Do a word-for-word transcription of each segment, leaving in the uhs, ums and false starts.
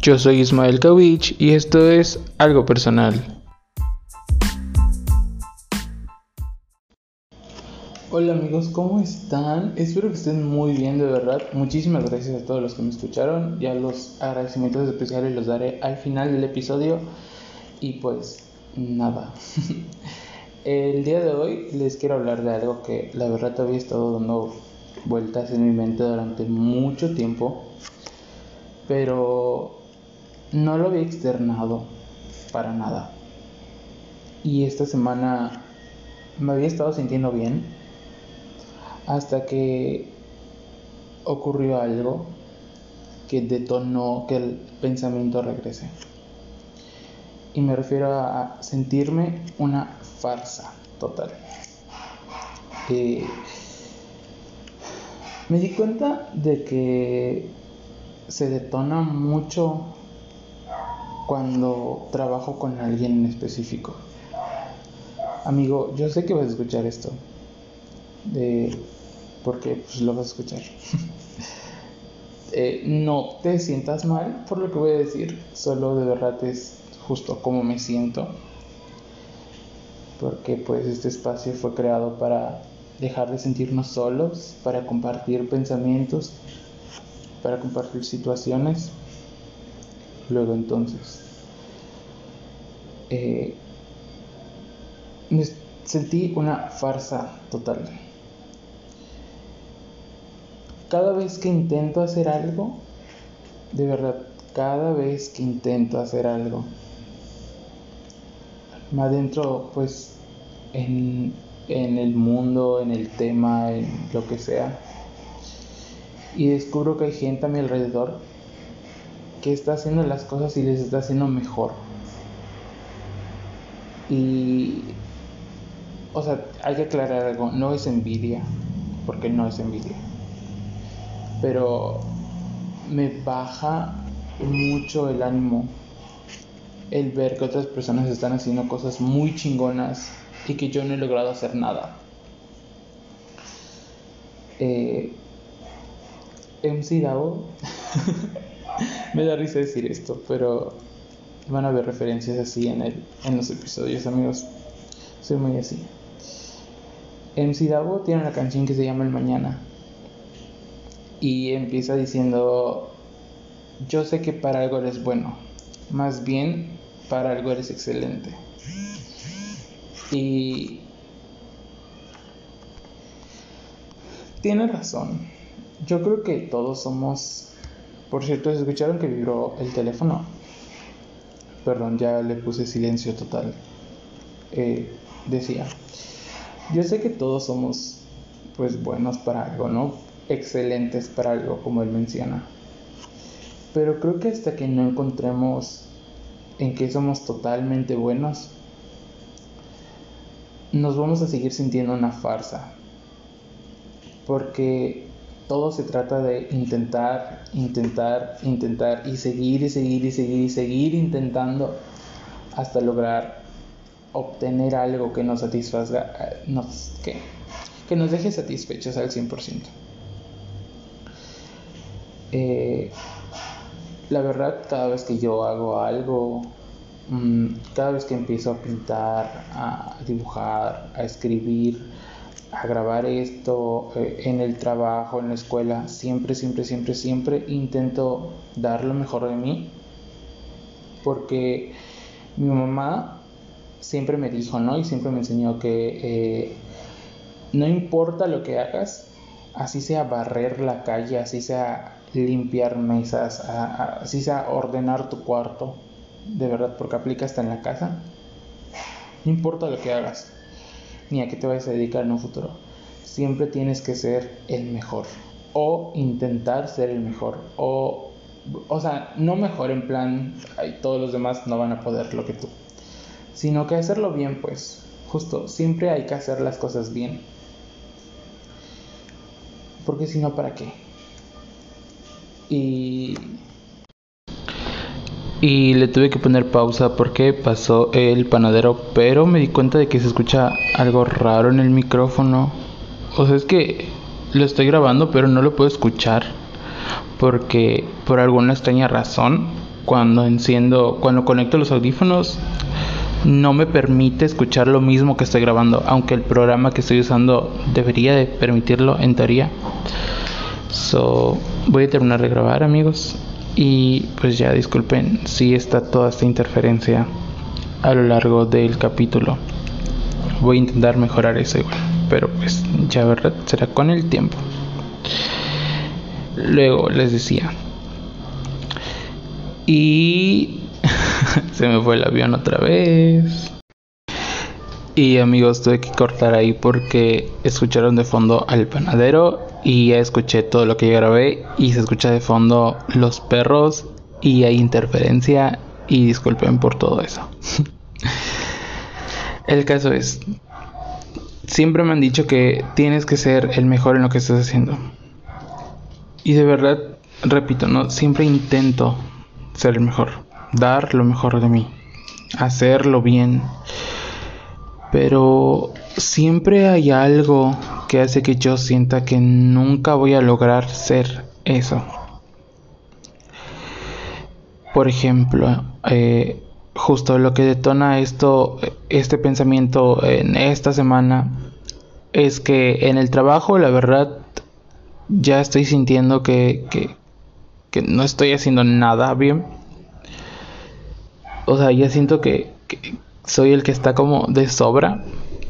Yo soy Ismael Kawich y esto es Algo Personal. Hola amigos, ¿cómo están? Espero que estén muy bien, de verdad. Muchísimas gracias a todos los que me escucharon. Ya los agradecimientos especiales los daré al final del episodio. Y pues nada. El día de hoy les quiero hablar de algo que la verdad había estado dando vueltas en mi mente durante mucho tiempo, pero no lo había externado para nada. Y esta semana me había estado sintiendo bien hasta que ocurrió algo que detonó que el pensamiento regrese. Y me refiero a sentirme una farsa total. Eh, me di cuenta de que se detona mucho cuando trabajo con alguien en específico. Amigo, yo sé que vas a escuchar esto, eh, porque pues lo vas a escuchar. eh, no te sientas mal por lo que voy a decir, solo de verdad es justo como me siento, porque pues este espacio fue creado para dejar de sentirnos solos, para compartir pensamientos, para compartir situaciones. Luego entonces eh, me sentí una farsa total. Cada vez que intento hacer algo, de verdad, cada vez que intento hacer algo, me adentro pues en, en el mundo, en el tema, en lo que sea, y descubro que hay gente a mi alrededor que está haciendo las cosas y les está haciendo mejor. Y, o sea, hay que aclarar algo, no es envidia, porque no es envidia, pero me baja mucho el ánimo el ver que otras personas están haciendo cosas muy chingonas y que yo no he logrado hacer nada. eh, M C Davo me da risa decir esto, pero van a haber referencias así en, el, en los episodios, amigos. Soy muy así. M C Davo tiene una canción que se llama El Mañana y empieza diciendo: yo sé que para algo eres bueno, más bien para algo eres excelente. Y tiene razón. Yo creo que todos somos... Por cierto, ¿escucharon que vibró el teléfono? Perdón, ya le puse silencio total. Eh, decía, yo sé que todos somos pues buenos para algo, ¿no? Excelentes para algo, como él menciona. Pero creo que hasta que no encontremos en qué somos totalmente buenos, nos vamos a seguir sintiendo una farsa. Porque todo se trata de intentar, intentar, intentar y seguir y seguir y seguir y seguir intentando hasta lograr obtener algo que nos satisfaga, nos, que, que nos deje satisfechos al cien por ciento. Eh, la verdad, cada vez que yo hago algo, mmm, cada vez que empiezo a pintar, a dibujar, a escribir, a grabar esto, eh, en el trabajo, en la escuela, siempre, siempre, siempre, siempre intento dar lo mejor de mí, porque mi mamá siempre me dijo, ¿no? Y siempre me enseñó que eh, no importa lo que hagas, así sea barrer la calle, así sea limpiar mesas, a, a, así sea ordenar tu cuarto, de verdad, porque aplica hasta en la casa. No importa lo que hagas, ni a qué te vayas a dedicar en un futuro, siempre tienes que ser el mejor, o intentar ser el mejor, o, o sea, no mejor en plan, ay, todos los demás no van a poder lo que tú, sino que hacerlo bien, pues, justo, siempre hay que hacer las cosas bien, porque si no, ¿para qué? Y... Y le tuve que poner pausa porque pasó el panadero, pero me di cuenta de que se escucha algo raro en el micrófono. O sea, es que lo estoy grabando, pero no lo puedo escuchar porque por alguna extraña razón cuando enciendo, cuando conecto los audífonos, no me permite escuchar lo mismo que estoy grabando, aunque el programa que estoy usando debería de permitirlo en teoría. So, voy a terminar de grabar, amigos, y pues ya disculpen si está toda esta interferencia a lo largo del capítulo. Voy a intentar mejorar eso igual, pero pues ya verdad será con el tiempo. Luego les decía, y se me fue el avión otra vez. Y amigos, tuve que cortar ahí porque escucharon de fondo al panadero y ya escuché todo lo que yo grabé y se escucha de fondo los perros y hay interferencia y disculpen por todo eso. El caso es, siempre me han dicho que tienes que ser el mejor en lo que estás haciendo. Y de verdad, repito, no, siempre intento ser el mejor, dar lo mejor de mí, hacerlo bien. Pero siempre hay algo que hace que yo sienta que nunca voy a lograr ser eso. Por ejemplo, eh, justo lo que detona esto, este pensamiento en esta semana, es que en el trabajo, la verdad, ya estoy sintiendo que, que, que no estoy haciendo nada bien. O sea, ya siento que, que soy el que está como de sobra.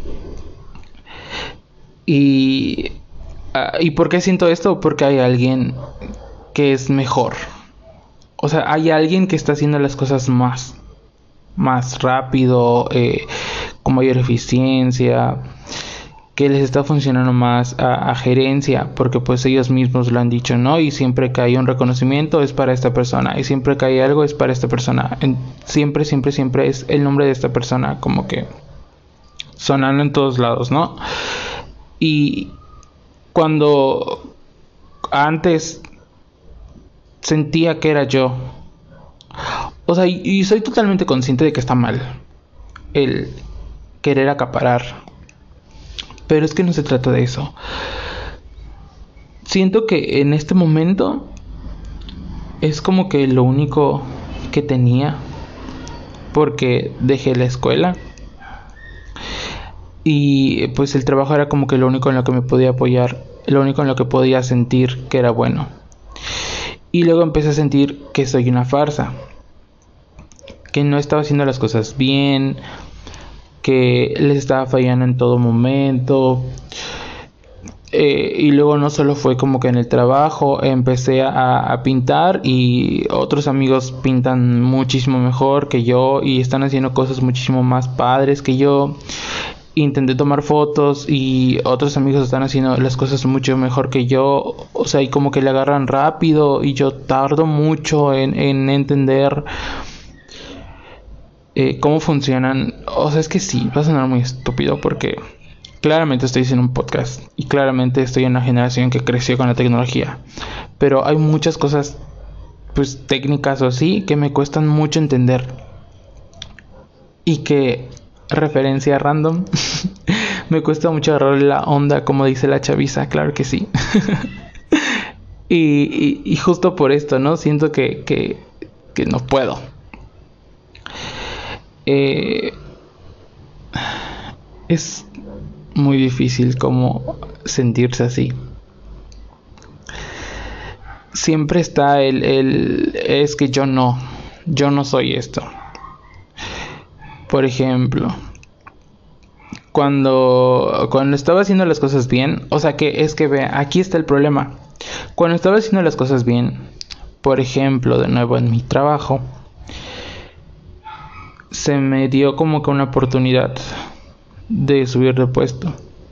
Y, uh, ¿Y por qué siento esto? Porque hay alguien que es mejor. O sea, hay alguien que está haciendo las cosas más, más rápido, eh, con mayor eficiencia, que les está funcionando más a, a gerencia, porque pues ellos mismos lo han dicho, ¿no? Y siempre que hay un reconocimiento es para esta persona, y siempre que hay algo es para esta persona, en, siempre, siempre, siempre es el nombre de esta persona, como que sonando en todos lados, ¿no? Y cuando antes sentía que era yo, o sea, y, y soy totalmente consciente de que está mal el querer acaparar. Pero es que no se trata de eso. Siento que en este momento es como que lo único que tenía, porque dejé la escuela y pues el trabajo era como que lo único en lo que me podía apoyar, lo único en lo que podía sentir que era bueno. Y luego empecé a sentir que soy una farsa, que no estaba haciendo las cosas bien, que les estaba fallando en todo momento. Eh, y luego no solo fue como que en el trabajo, empecé a, a pintar y otros amigos pintan muchísimo mejor que yo y están haciendo cosas muchísimo más padres que yo. Intenté tomar fotos y otros amigos están haciendo las cosas mucho mejor que yo. O sea, y como que le agarran rápido y yo tardo mucho en, en entender Eh, cómo funcionan. O sea, es que sí, va a sonar muy estúpido porque claramente estoy haciendo un podcast y claramente estoy en una generación que creció con la tecnología, pero hay muchas cosas pues técnicas o así que me cuestan mucho entender y que, referencia random, me cuesta mucho agarrar la onda, como dice la chaviza, claro que sí. y, y, y justo por esto, ¿no? Siento que, que, que no puedo. Eh, es muy difícil como sentirse así. Siempre está el, el es que yo no, yo no soy esto. Por ejemplo, cuando cuando estaba haciendo las cosas bien, o sea que es que vea, aquí está el problema. Cuando estaba haciendo las cosas bien, por ejemplo, de nuevo en mi trabajo, se me dio como que una oportunidad de subir de puesto.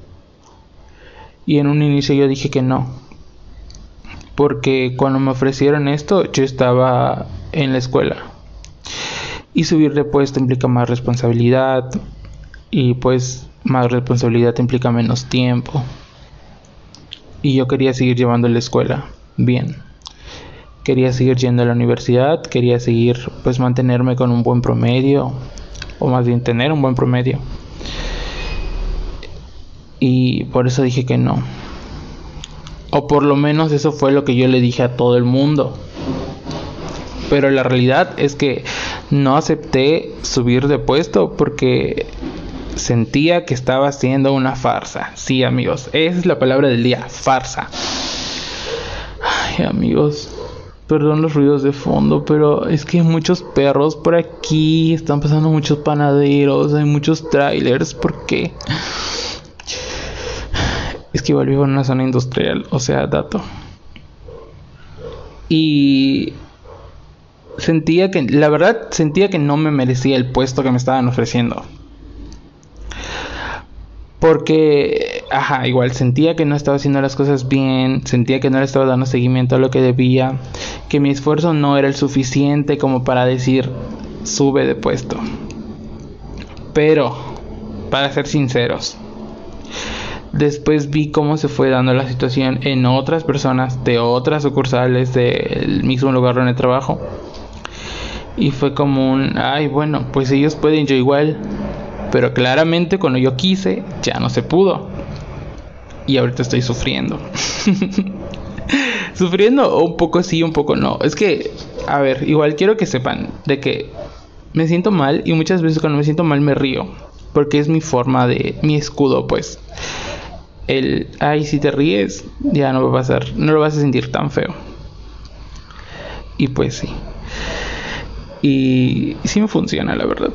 Y en un inicio yo dije que no, porque cuando me ofrecieron esto yo estaba en la escuela. Y subir de puesto implica más responsabilidad. Y pues más responsabilidad implica menos tiempo. Y yo quería seguir llevando la escuela bien. Quería seguir yendo a la universidad, quería seguir pues mantenerme con un buen promedio, o más bien tener un buen promedio. Y por eso dije que no. O por lo menos eso fue lo que yo le dije a todo el mundo. Pero la realidad es que no acepté subir de puesto porque sentía que estaba haciendo una farsa. Sí, amigos, esa es la palabra del día, farsa. Ay, amigos, perdón los ruidos de fondo, pero es que hay muchos perros por aquí, están pasando muchos panaderos, hay muchos trailers. ¿Por qué? Es que igual vivo en una zona industrial, o sea, dato. Y sentía que, la verdad, sentía que no me merecía el puesto que me estaban ofreciendo. Porque, ajá, igual sentía que no estaba haciendo las cosas bien, sentía que no le estaba dando seguimiento a lo que debía, que mi esfuerzo no era el suficiente como para decir, sube de puesto. Pero, para ser sinceros, después vi cómo se fue dando la situación en otras personas de otras sucursales del mismo lugar donde trabajo. Y fue como un, ay, bueno, pues ellos pueden, yo igual. Pero claramente cuando yo quise, ya no se pudo. Y ahorita estoy sufriendo. Sufriendo un poco sí, un poco no. Es que, a ver, igual quiero que sepan de que me siento mal. Y muchas veces cuando me siento mal me río. Porque es mi forma de, mi escudo, pues. El, ay, si te ríes, ya no va a pasar, no lo vas a sentir tan feo. Y pues sí. Y sí me funciona, la verdad.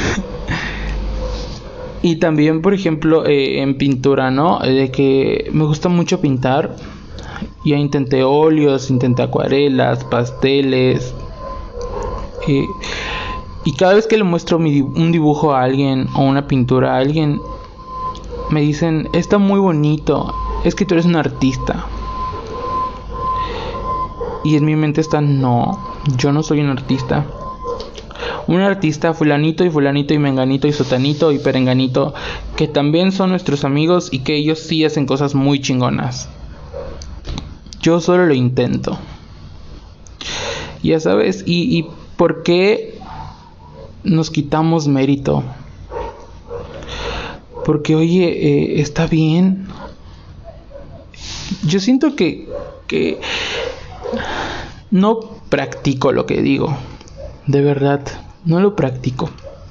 Y también, por ejemplo, eh, en pintura, ¿no? De que me gusta mucho pintar. Ya intenté óleos, intenté acuarelas, pasteles. Eh, y cada vez que le muestro mi, un dibujo a alguien o una pintura a alguien, me dicen, está muy bonito, es que tú eres un artista. Y en mi mente está, no, yo no soy un artista. Un artista, fulanito y fulanito y menganito y sotanito y perenganito, que también son nuestros amigos y que ellos sí hacen cosas muy chingonas. Yo solo lo intento. Ya sabes, y, y ¿por qué nos quitamos mérito? Porque, oye, eh, está bien. Yo siento que, que no practico lo que digo. De verdad, no lo practico.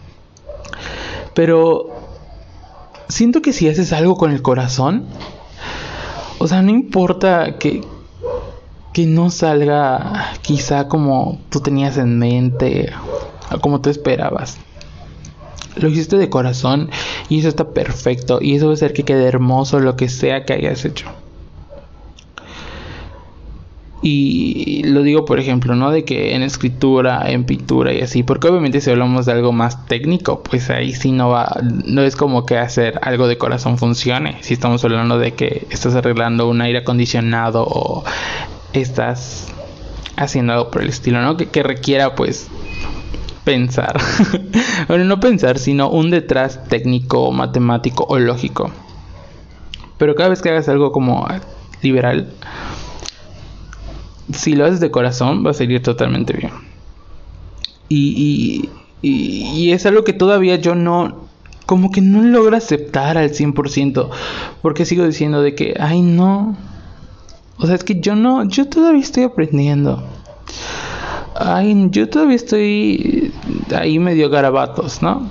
Pero siento que si haces algo con el corazón, o sea, no importa que, que no salga quizá como tú tenías en mente o como tú esperabas. Lo hiciste de corazón y eso está perfecto. Y eso va a hacer que quede hermoso lo que sea que hayas hecho. Y lo digo, por ejemplo, ¿no? De que en escritura, en pintura y así. Porque obviamente si hablamos de algo más técnico, pues ahí sí no va. No es como que hacer algo de corazón funcione. Si estamos hablando de que estás arreglando un aire acondicionado o estás haciendo algo por el estilo, ¿no? Que, que requiera pues pensar. Bueno, no pensar, sino un detrás técnico, matemático o lógico. Pero cada vez que hagas algo como liberal, si lo haces de corazón, va a salir totalmente bien. Y, y, y, y es algo que todavía yo no, como que no logro aceptar al cien por ciento. Porque sigo diciendo de que, ay no. O sea, es que yo no, yo todavía estoy aprendiendo. Ay, yo todavía estoy ahí medio garabatos, ¿no?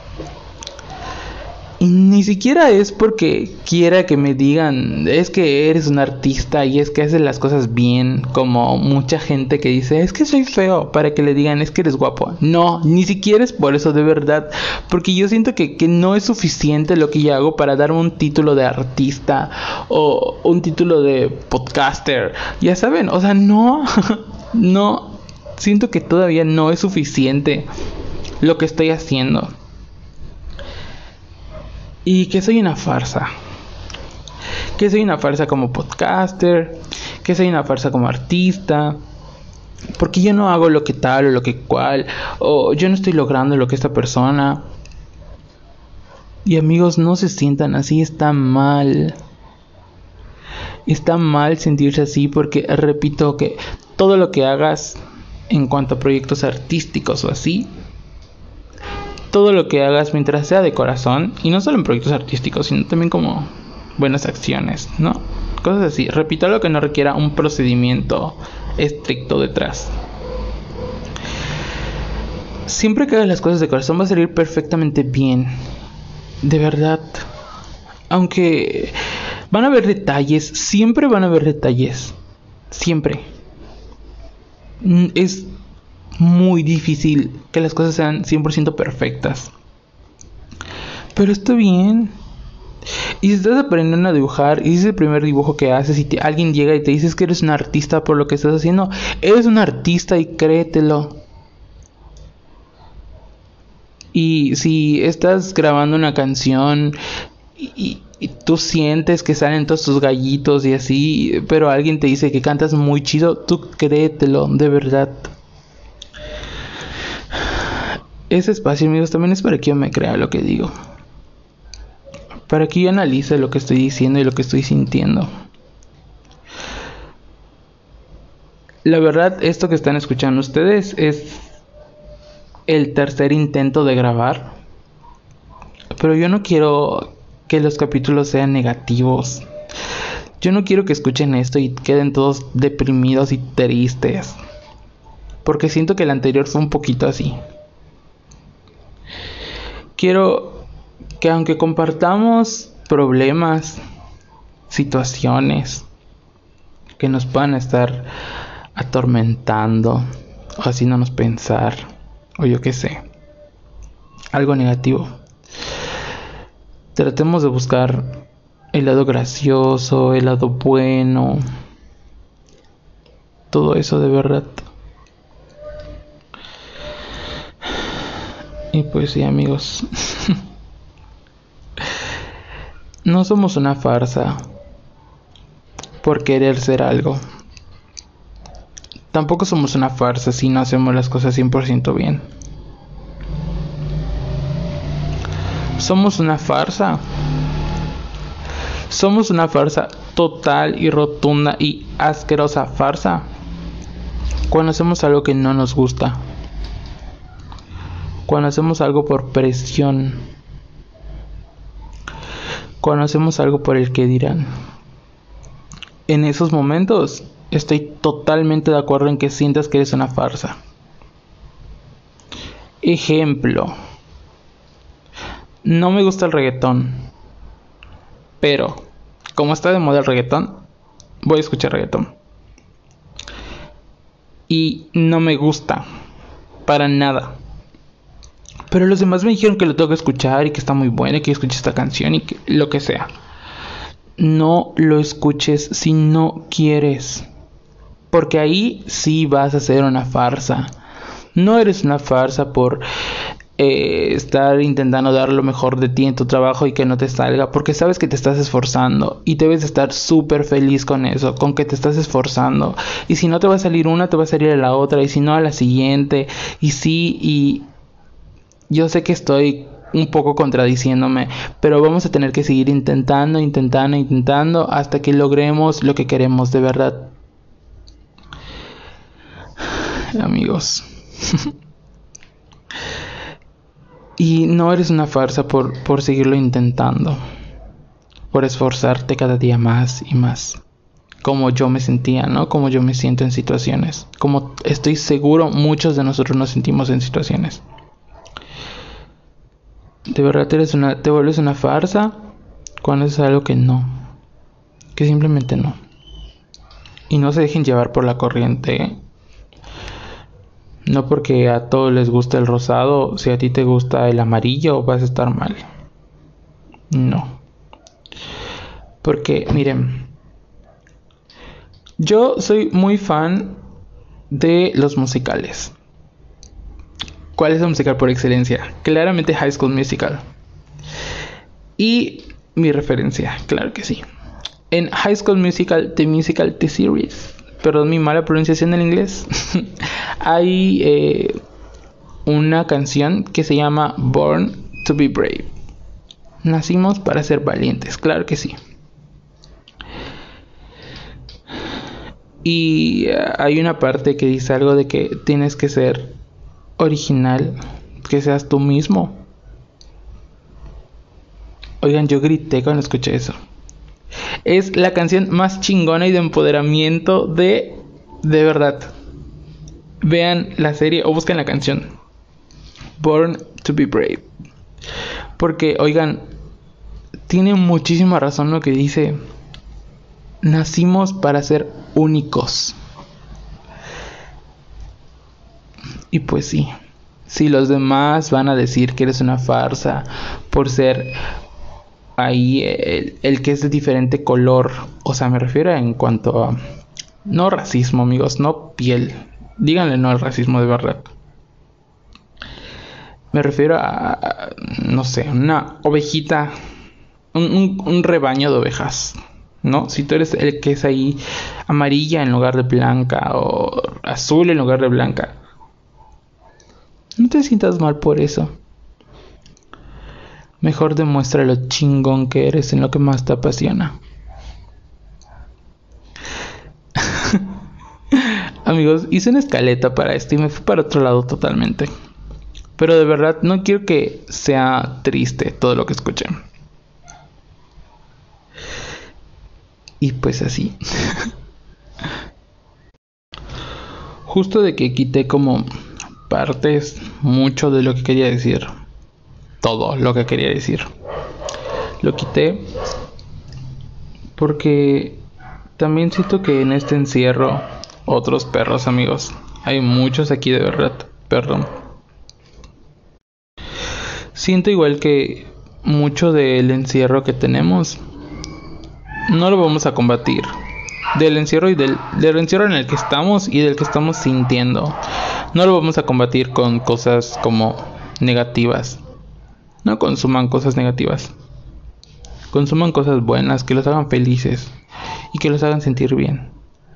Y ni siquiera es porque quiera que me digan, es que eres un artista y es que haces las cosas bien, como mucha gente que dice, es que soy feo, para que le digan, es que eres guapo. No, ni siquiera es por eso, de verdad. Porque yo siento que, que no es suficiente lo que yo hago para darme un título de artista o un título de podcaster. Ya saben, o sea, no, no, siento que todavía no es suficiente lo que estoy haciendo. Y que soy una farsa. Que soy una farsa como podcaster. Que soy una farsa como artista. Porque yo no hago lo que tal o lo que cual. O yo no estoy logrando lo que esta persona. Y amigos, no se sientan así. Está mal. Está mal sentirse así. Porque repito que todo lo que hagas en cuanto a proyectos artísticos o así, todo lo que hagas mientras sea de corazón, y no solo en proyectos artísticos, sino también como buenas acciones, ¿no? Cosas así. Repito, lo que no requiera un procedimiento estricto detrás. siempre que hagas las cosas de corazón va a salir perfectamente bien. De verdad. Aunque van a haber detalles, siempre van a haber detalles. Siempre. Es muy difícil que las cosas sean cien por ciento perfectas. Pero está bien. Y si estás aprendiendo a dibujar y es el primer dibujo que haces y te, alguien llega y te dice que eres un artista por lo que estás haciendo, eres un artista y créetelo. Y si estás grabando una canción y, y, y tú sientes que salen todos tus gallitos y así, pero alguien te dice que cantas muy chido, tú créetelo, de verdad. Ese espacio, amigos, también es para que yo me crea lo que digo. Para que yo analice lo que estoy diciendo y lo que estoy sintiendo. La verdad, esto que están escuchando ustedes es el tercer intento de grabar. Pero yo no quiero que los capítulos sean negativos. Yo no quiero que escuchen esto y queden todos deprimidos y tristes. Porque siento que el anterior fue un poquito así. Quiero que aunque compartamos problemas, situaciones que nos puedan estar atormentando o haciéndonos pensar, o yo qué sé, algo negativo, tratemos de buscar el lado gracioso, el lado bueno, todo eso de verdad. Y pues sí, amigos. No somos una farsa por querer ser algo. Tampoco somos una farsa si no hacemos las cosas cien por ciento bien. Somos una farsa. Somos una farsa total y rotunda y asquerosa farsa cuando hacemos algo que no nos gusta. Cuando hacemos algo por presión. Cuando hacemos algo por el que dirán. En esos momentos estoy totalmente de acuerdo en que sientas que eres una farsa. Ejemplo. No me gusta el reggaetón. Pero como está de moda el reggaetón, voy a escuchar reggaetón. Y no me gusta. Para nada. Pero los demás me dijeron que lo tengo que escuchar y que está muy bueno y que escuche esta canción y que lo que sea. No lo escuches si no quieres. Porque ahí sí vas a ser una farsa. No eres una farsa por eh, estar intentando dar lo mejor de ti en tu trabajo y que no te salga. Porque sabes que te estás esforzando. Y debes estar súper feliz con eso. Con que te estás esforzando. Y si no te va a salir una, te va a salir a la otra. Y si no, a la siguiente. Y sí, y... yo sé que estoy un poco contradiciéndome, pero vamos a tener que seguir intentando, intentando, intentando hasta que logremos lo que queremos de verdad. Amigos. Y no eres una farsa por, por seguirlo intentando, por esforzarte cada día más y más. Como yo me sentía, ¿no? Como yo me siento en situaciones. Como estoy seguro muchos de nosotros nos sentimos en situaciones. De verdad eres una, te vuelves una farsa cuando es algo que no, que simplemente no. Y no se dejen llevar por la corriente, ¿eh? No porque a todos les gusta el rosado, si a ti te gusta el amarillo vas a estar mal. No. Porque miren, yo soy muy fan de los musicales. ¿Cuál es el musical por excelencia? Claramente High School Musical. Y mi referencia, claro que sí. En High School Musical, The Musical, The Series, perdón mi mala pronunciación en inglés, hay eh, una canción que se llama Born to be Brave. Nacimos para ser valientes, claro que sí. Y uh, hay una parte que dice algo de que tienes que ser original, que seas tú mismo. Oigan, yo grité cuando escuché eso. Es la canción más chingona y de empoderamiento de... de verdad. Vean la serie o busquen la canción. Born to be Brave. Porque, oigan, tiene muchísima razón lo que dice. Nacimos para ser únicos. Y pues sí, si los demás van a decir que eres una farsa por ser ahí el, el que es de diferente color, o sea, me refiero en cuanto a no racismo, amigos, no piel, díganle no al racismo de verdad. Me refiero a, a no sé, una ovejita, un, un, un rebaño de ovejas, ¿no? Si tú eres el que es ahí amarilla en lugar de blanca o azul en lugar de blanca, no te sientas mal por eso. Mejor demuestra lo chingón que eres en lo que más te apasiona. Amigos, hice una escaleta para esto y me fui para otro lado totalmente. Pero de verdad no quiero que sea triste todo lo que escuché. Y pues así. Justo de que quité como partes mucho de lo que quería decir. Todo lo que quería decir. Lo quité porque también siento que en este encierro otros perros, amigos. Hay muchos aquí de verdad. Perdón. Siento igual que mucho del encierro que tenemos no lo vamos a combatir. Del encierro y del, del encierro en el que estamos y del que estamos sintiendo. No lo vamos a combatir con cosas como negativas. No consuman cosas negativas. Consuman cosas buenas que los hagan felices y que los hagan sentir bien.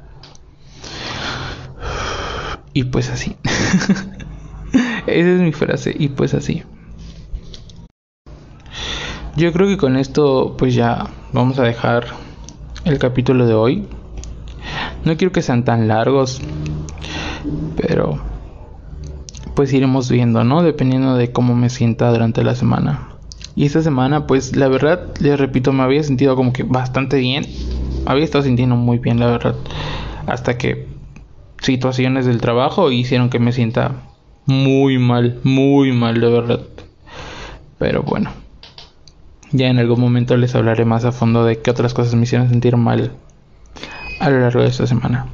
Y pues así. Esa es mi frase. Y pues así. Yo creo que con esto pues ya vamos a dejar el capítulo de hoy. No quiero que sean tan largos, pero pues iremos viendo, ¿no? Dependiendo de cómo me sienta durante la semana. Y esta semana pues la verdad, les repito, me había sentido como que bastante bien. Me había estado sintiendo muy bien, la verdad. Hasta que situaciones del trabajo hicieron que me sienta muy mal, muy mal, de verdad. Pero bueno, ya en algún momento les hablaré más a fondo de qué otras cosas me hicieron sentir mal a lo largo de esta semana.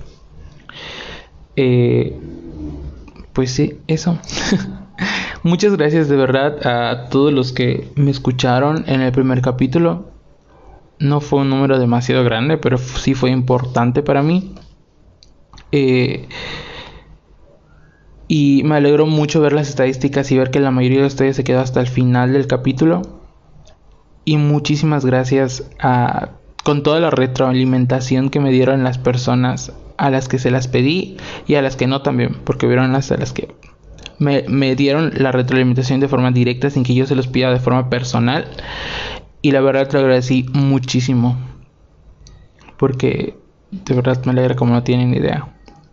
Eh, pues sí, eso. Muchas gracias de verdad a todos los que me escucharon en el primer capítulo. No fue un número demasiado grande, pero sí fue importante para mí. Eh, y me alegró mucho ver las estadísticas y ver que la mayoría de ustedes se quedó hasta el final del capítulo. Y muchísimas gracias a, con toda la retroalimentación que me dieron las personas a las que se las pedí y a las que no también, porque vieron hasta las que me, me dieron la retroalimentación de forma directa sin que yo se los pida de forma personal. Y la verdad te lo agradecí muchísimo, porque de verdad me alegra como no tienen idea.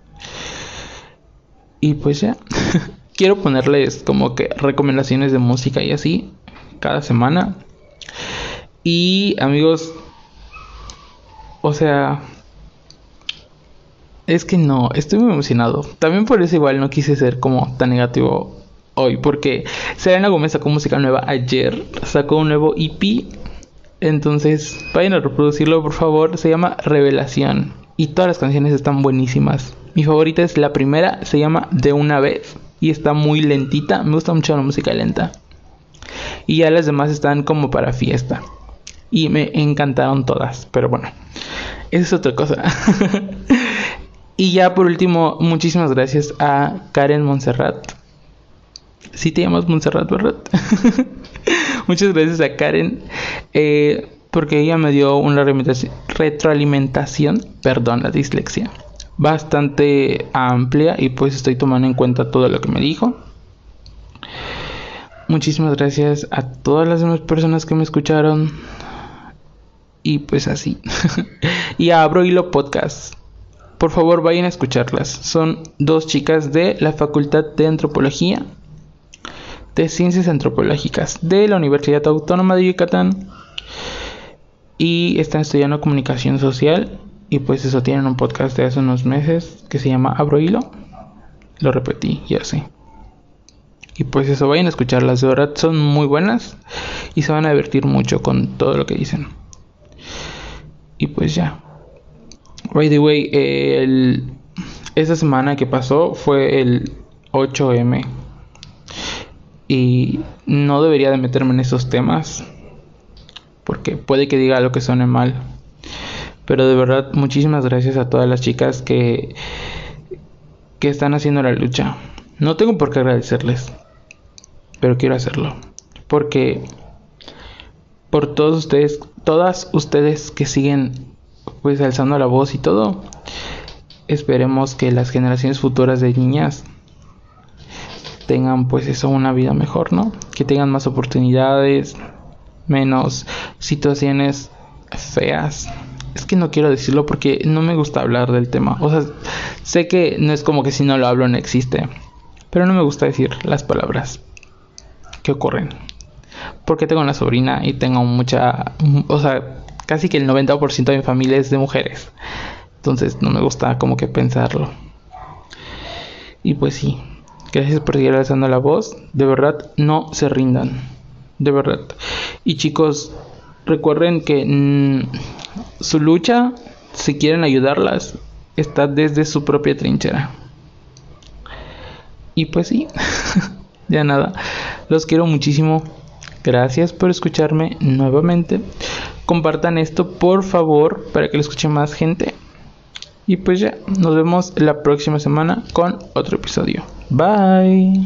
Y pues ya, quiero ponerles como que recomendaciones de música y así cada semana. Y amigos, o sea, es que no, estoy muy emocionado. También por eso igual no quise ser como tan negativo hoy, porque Selena Gomez sacó música nueva ayer, sacó un nuevo E P. Entonces vayan a reproducirlo por favor, se llama Revelación y todas las canciones están buenísimas. Mi favorita es la primera, se llama De Una Vez y está muy lentita, me gusta mucho la música lenta. Y ya las demás están como para fiesta y me encantaron todas, pero bueno, esa es otra cosa. Y ya por último, muchísimas gracias a Karen Montserrat. Si te llamas Montserrat, ¿verdad? Muchas gracias a Karen, eh, porque ella me dio una retroalimentación, perdón la dislexia, bastante amplia y pues estoy tomando en cuenta todo lo que me dijo. Muchísimas gracias a todas las demás personas que me escucharon. Y pues así. Y a Abro Hilo Podcast. Por favor vayan a escucharlas. Son dos chicas de la Facultad de Antropología, de Ciencias Antropológicas de la Universidad Autónoma de Yucatán. Y están estudiando comunicación social. Y pues eso, tienen un podcast de hace unos meses que se llama Abro Hilo. Lo repetí, ya sé. Y pues eso, vayan a escucharlas, de verdad son muy buenas y se van a divertir mucho con todo lo que dicen. Y pues ya. By the way, el, esta semana que pasó fue el ocho eme. Y no debería de meterme en esos temas, porque puede que diga algo que suene mal. Pero de verdad, muchísimas gracias a todas las chicas que, que están haciendo la lucha. No tengo por qué agradecerles, pero quiero hacerlo. Porque por todos ustedes, todas ustedes que siguen pues alzando la voz y todo, esperemos que las generaciones futuras de niñas tengan pues eso, una vida mejor, ¿no? Que tengan más oportunidades, menos situaciones feas. Es que no quiero decirlo porque no me gusta hablar del tema. O sea, sé que no es como que si no lo hablo no existe, pero no me gusta decir las palabras que ocurren. Porque tengo una sobrina y tengo mucha... O sea, casi que el noventa por ciento de mi familia es de mujeres. Entonces no me gusta como que pensarlo. Y pues sí, gracias por seguir alzando la voz. De verdad, no se rindan. De verdad. Y chicos, recuerden que mmm, su lucha, si quieren ayudarlas, está desde su propia trinchera. Y pues sí, ya nada. Los quiero muchísimo. Gracias por escucharme nuevamente. Compartan esto, por favor, para que lo escuche más gente. Y pues ya, nos vemos la próxima semana con otro episodio. Bye.